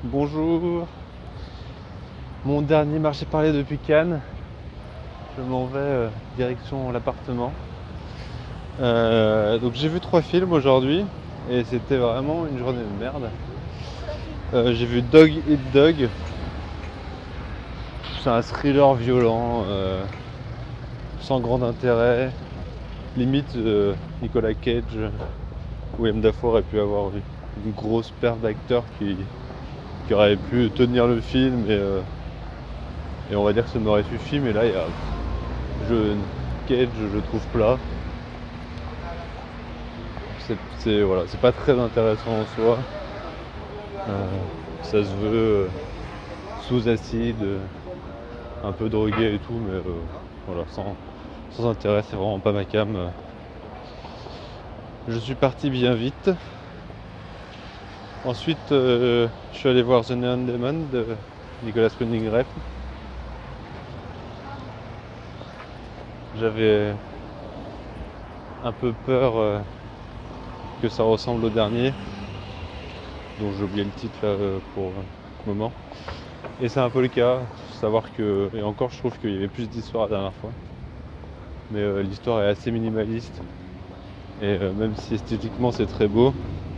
Bonjour. Mon dernier marché parlé depuis Cannes. Je m'en vais direction l'appartement. Donc j'ai vu 3 films aujourd'hui et c'était vraiment une journée de merde. J'ai vu Dog Eat Dog. C'est un thriller violent, sans grand intérêt. Limite Nicolas Cage, Willem Dafoe aurait pu avoir une grosse paire d'acteurs qui auraient pu tenir le film et on va dire que ça m'aurait suffi, mais là il y a Cage, je trouve plat. Voilà, c'est pas très intéressant en soi. Ça se veut sous acide, un peu drogué et tout, mais voilà, sans intérêt, c'est vraiment pas ma cam. Je suis parti bien vite. Ensuite, je suis allé voir The Neon Demon de Nicolas Winding Refn. J'avais un peu peur que ça ressemble au dernier, dont j'ai oublié le titre là pour le moment. Et c'est un peu le cas, savoir que, et encore je trouve qu'il y avait plus d'histoire la dernière fois, mais l'histoire est assez minimaliste, et même si esthétiquement c'est très beau,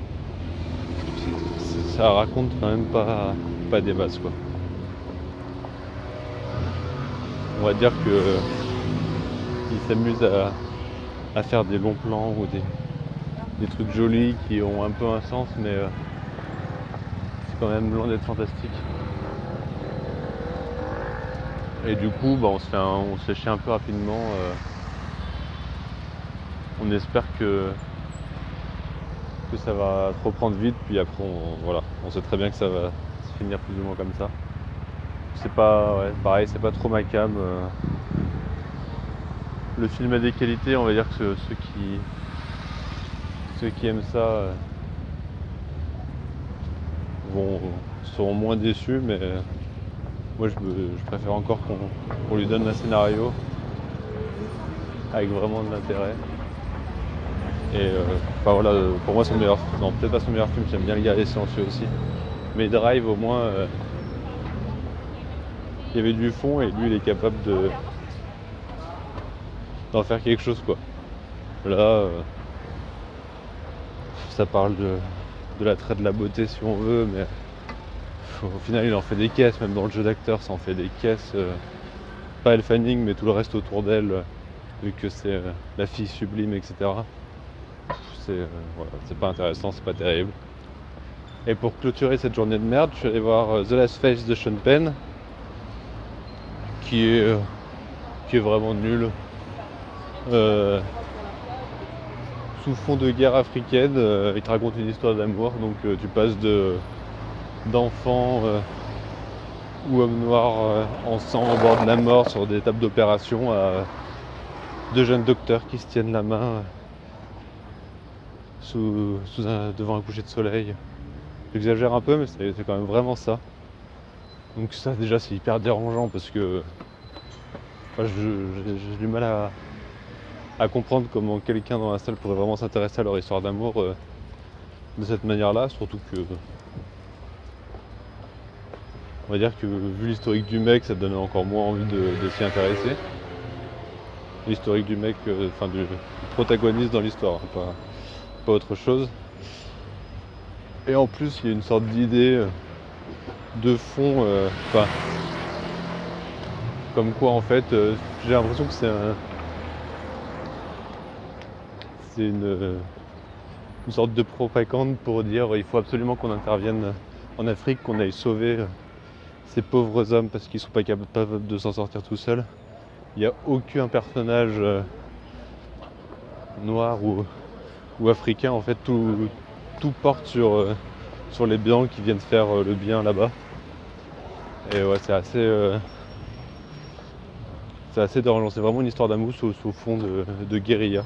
ça raconte quand même pas des masses quoi. On va dire que il s'amuse à faire des longs plans ou des trucs jolis qui ont un peu un sens, mais c'est quand même loin d'être fantastique. Et du coup, on se fait chier un peu rapidement. On espère que ça va se reprendre vite, puis après, on sait très bien que ça va se finir plus ou moins comme ça. C'est pas, pareil, c'est pas trop ma cam. Le film a des qualités, on va dire que ceux qui aiment ça seront moins déçus, mais moi je préfère encore qu'on lui donne un scénario avec vraiment de l'intérêt. Et voilà, pour moi son meilleur, non peut-être pas son meilleur film, j'aime bien le guerrier silencieux aussi. Mais Drive au moins, il y avait du fond et lui il est capable d'en faire quelque chose quoi. Là, ça parle de l'attrait de la beauté si on veut, mais au final il en fait des caisses, même dans le jeu d'acteur ça en fait des caisses. Pas Elle Fanning mais tout le reste autour d'elle, vu que c'est la fille sublime, etc. C'est pas intéressant, c'est pas terrible. Et pour clôturer cette journée de merde, je suis allé voir The Last Face de Sean Penn, qui est vraiment nul. Sous fond de guerre africaine, il te raconte une histoire d'amour, donc tu passes d'enfants ou hommes noirs en sang au bord de la mort sur des tables d'opération à deux jeunes docteurs qui se tiennent la main devant un coucher de soleil. J'exagère un peu, mais c'est quand même vraiment ça. Donc ça déjà c'est hyper dérangeant parce que j'ai du mal à comprendre comment quelqu'un dans la salle pourrait vraiment s'intéresser à leur histoire d'amour de cette manière-là, surtout que on va dire que vu l'historique du mec, ça te donne encore moins envie de s'y intéresser. L'historique du mec, du protagoniste dans l'histoire, hein, pas autre chose. Et en plus, il y a une sorte d'idée de fond, comme quoi en fait, j'ai l'impression que c'est une sorte de propagande pour dire il faut absolument qu'on intervienne en Afrique, qu'on aille sauver ces pauvres hommes parce qu'ils sont pas capables de s'en sortir tout seuls. Il n'y a aucun personnage noir ou africain, en fait tout porte sur les blancs qui viennent faire le bien là-bas. Et ouais, c'est assez dérangeant, c'est vraiment une histoire d'amour sous fond de guérilla.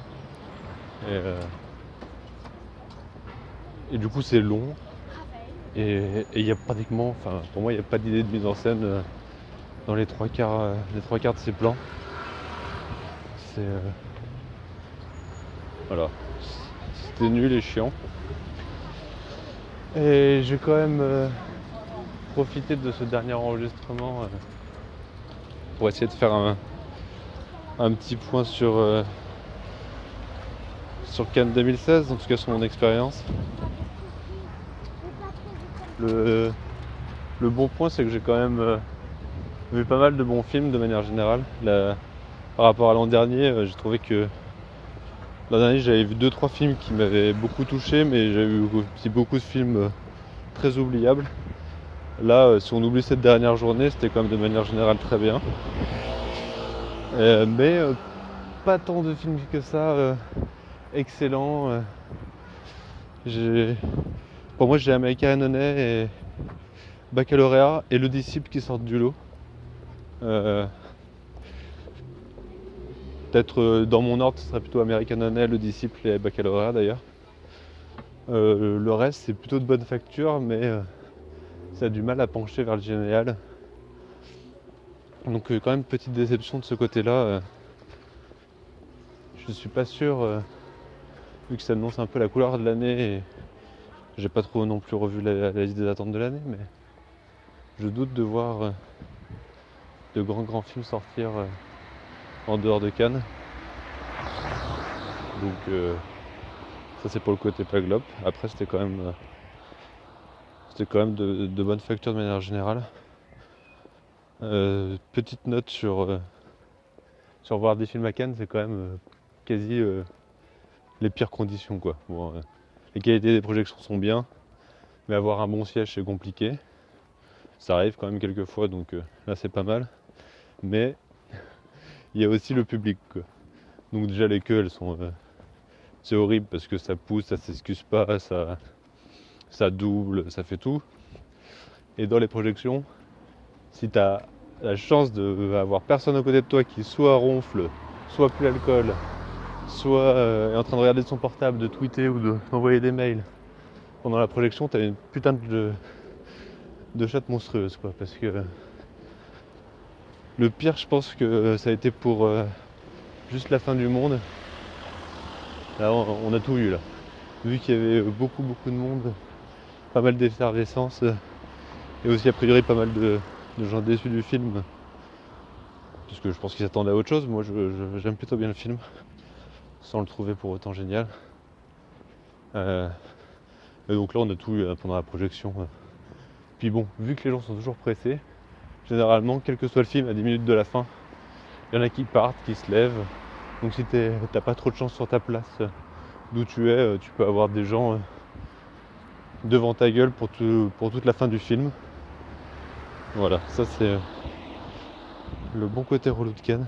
Et du coup c'est long et il y a pratiquement, pour moi il n'y a pas d'idée de mise en scène dans les trois quarts de ces plans. Voilà, c'était nul et chiant. Et j'ai quand même profiter de ce dernier enregistrement pour essayer de faire un petit point sur Cannes 2016, en tout cas sur mon expérience. Le bon point, c'est que j'ai quand même vu pas mal de bons films de manière générale. Par rapport à l'an dernier, j'ai trouvé que l'an dernier j'avais vu 2-3 films qui m'avaient beaucoup touché, mais j'ai vu aussi beaucoup de films très oubliables. Là, si on oublie cette dernière journée, c'était quand même de manière générale très bien. Mais pas tant de films que ça excellents. Pour moi, j'ai American Honey et Baccalauréat et Le Disciple qui sortent du lot. Peut-être dans mon ordre, ce serait plutôt American Honey, Le Disciple et Baccalauréat d'ailleurs. Le reste, c'est plutôt de bonne facture, mais ça a du mal à pencher vers le génial. Donc quand même petite déception de ce côté-là. Je suis pas sûr, vu que ça annonce un peu la couleur de l'année, et j'ai pas trop non plus revu la liste des attentes de l'année, mais je doute de voir de grands films sortir en dehors de Cannes. Donc ça c'est pour le côté Paglob. Après c'était quand même de bonne facture de manière générale. Petite note sur voir des films à Cannes, c'est quand même quasi les pires conditions quoi. Bon, les qualités des projections sont bien, mais avoir un bon siège c'est compliqué. Ça arrive quand même quelques fois, donc là c'est pas mal. Mais il y a aussi le public quoi. Donc déjà les queues elles sont c'est horrible parce que ça pousse, ça s'excuse pas, ça double, ça fait tout. Et dans les projections, si tu as la chance d'avoir personne à côté de toi qui soit ronfle, soit pue l'alcool, soit est en train de regarder son portable, de tweeter ou d'envoyer des mails pendant la projection, tu as une putain de chatte monstrueuse quoi. Parce que le pire, je pense que ça a été pour juste la fin du monde. Là, on a tout eu là. Vu qu'il y avait beaucoup de monde, pas mal d'effervescence et aussi a priori pas mal de gens déçus du film. Parce que je pense qu'ils s'attendaient à autre chose. Moi, j'aime plutôt bien le film, sans le trouver pour autant génial. Et donc là, on a tout eu pendant la projection. Puis bon, vu que les gens sont toujours pressés, généralement, quel que soit le film, à 10 minutes de la fin, il y en a qui partent, qui se lèvent. Donc si t'as pas trop de chance sur ta place d'où tu es, tu peux avoir des gens devant ta gueule pour toute la fin du film. Voilà, ça c'est le bon côté relou de Cannes.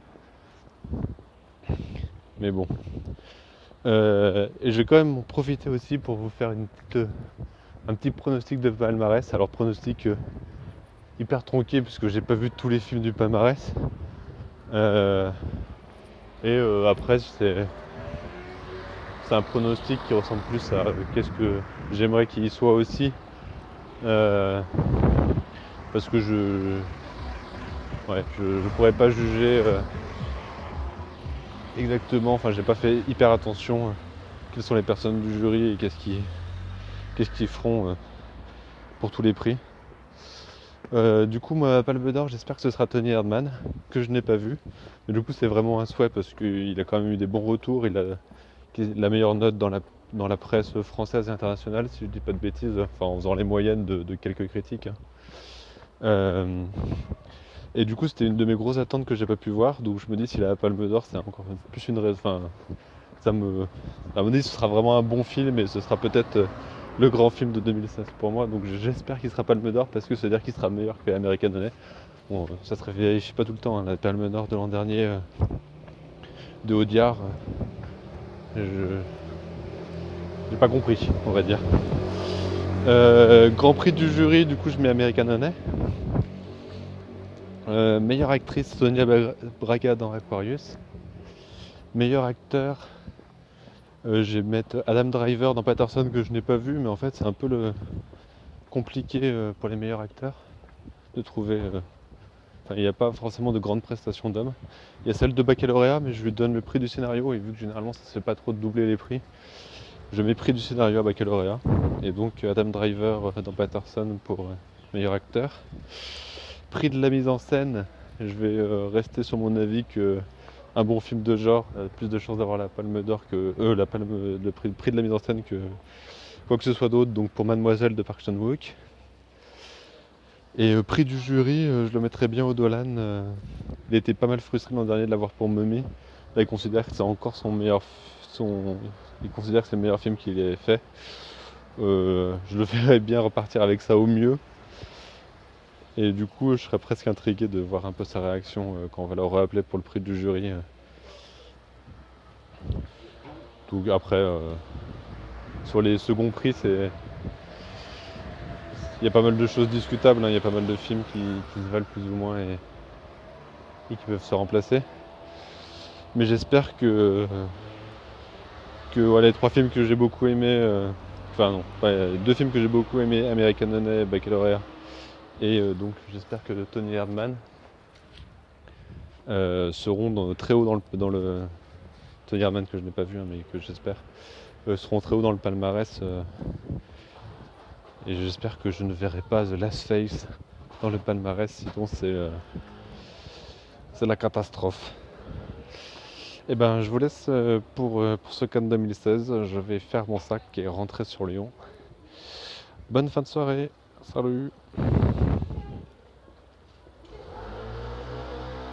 Mais bon. Et je vais quand même en profiter aussi pour vous faire un petit pronostic de palmarès. Alors pronostic hyper tronqué puisque j'ai pas vu tous les films du palmarès. Après c'est un pronostic qui ressemble plus à qu'est-ce que j'aimerais qu'il y soit aussi. Parce que je pourrais pas juger exactement, enfin j'ai pas fait hyper attention quelles sont les personnes du jury et qu'est-ce qu'ils feront pour tous les prix. Du coup moi Palme d'Or, j'espère que ce sera Tony Erdmann, que je n'ai pas vu. Mais du coup c'est vraiment un souhait parce qu'il a quand même eu des bons retours, il a la meilleure note dans la presse française et internationale, si je dis pas de bêtises, enfin en faisant les moyennes de quelques critiques. Et du coup c'était une de mes grosses attentes que j'ai pas pu voir, donc je me dis s'il a la Palme d'Or c'est encore plus une raison. Enfin, à mon avis ce sera vraiment un bon film et ce sera peut-être le grand film de 2016 pour moi, donc j'espère qu'il sera Palme d'Or parce que ça veut dire qu'il sera meilleur que American Honey. Bon, ça se vérifie pas tout le temps, hein. La Palme d'Or de l'an dernier de Audiard, j'ai pas compris, on va dire. Grand prix du jury, du coup je mets American Honey. Meilleure actrice Sonia Braga dans Aquarius. Meilleur acteur, je vais mettre Adam Driver dans Patterson que je n'ai pas vu, mais en fait c'est un peu compliqué pour les meilleurs acteurs de trouver. Il n'y a pas forcément de grandes prestations d'hommes. Il y a celle de Baccalauréat, mais je lui donne le prix du scénario et vu que généralement ça se fait pas trop de doubler les prix, je mets prix du scénario à Baccalauréat. Et donc Adam Driver dans Patterson pour meilleur acteur. Prix de la mise en scène, je vais rester sur mon avis que un bon film de genre a plus de chances d'avoir la palme d'or que prix de la mise en scène que quoi que ce soit d'autre, donc pour Mademoiselle de Park Chan-wook. Et prix du jury, je le mettrais bien au Dolan. Il était pas mal frustré l'an dernier de l'avoir pour Mummy. Là, il considère que c'est encore il considère que c'est le meilleur film qu'il ait fait. Je le verrais bien repartir avec ça au mieux. Et du coup, je serais presque intrigué de voir un peu sa réaction quand on va le rappeler pour le prix du jury. Donc après, sur les seconds prix, il y a pas mal de choses discutables, hein. Il y a pas mal de films qui se valent plus ou moins et qui peuvent se remplacer. Mais j'espère que voilà, les 3 films que j'ai beaucoup aimés, enfin non, ouais, 2 films que j'ai beaucoup aimés, American Honey, Baccalauréat, et donc j'espère que Tony Erdmann seront très haut dans le Tony Erdmann que je n'ai pas vu, hein, mais que j'espère seront très haut dans le palmarès. Et j'espère que je ne verrai pas The Last Face dans le palmarès, sinon c'est la catastrophe. Et ben je vous laisse pour ce Cannes 2016. Je vais faire mon sac et rentrer sur Lyon. Bonne fin de soirée, salut!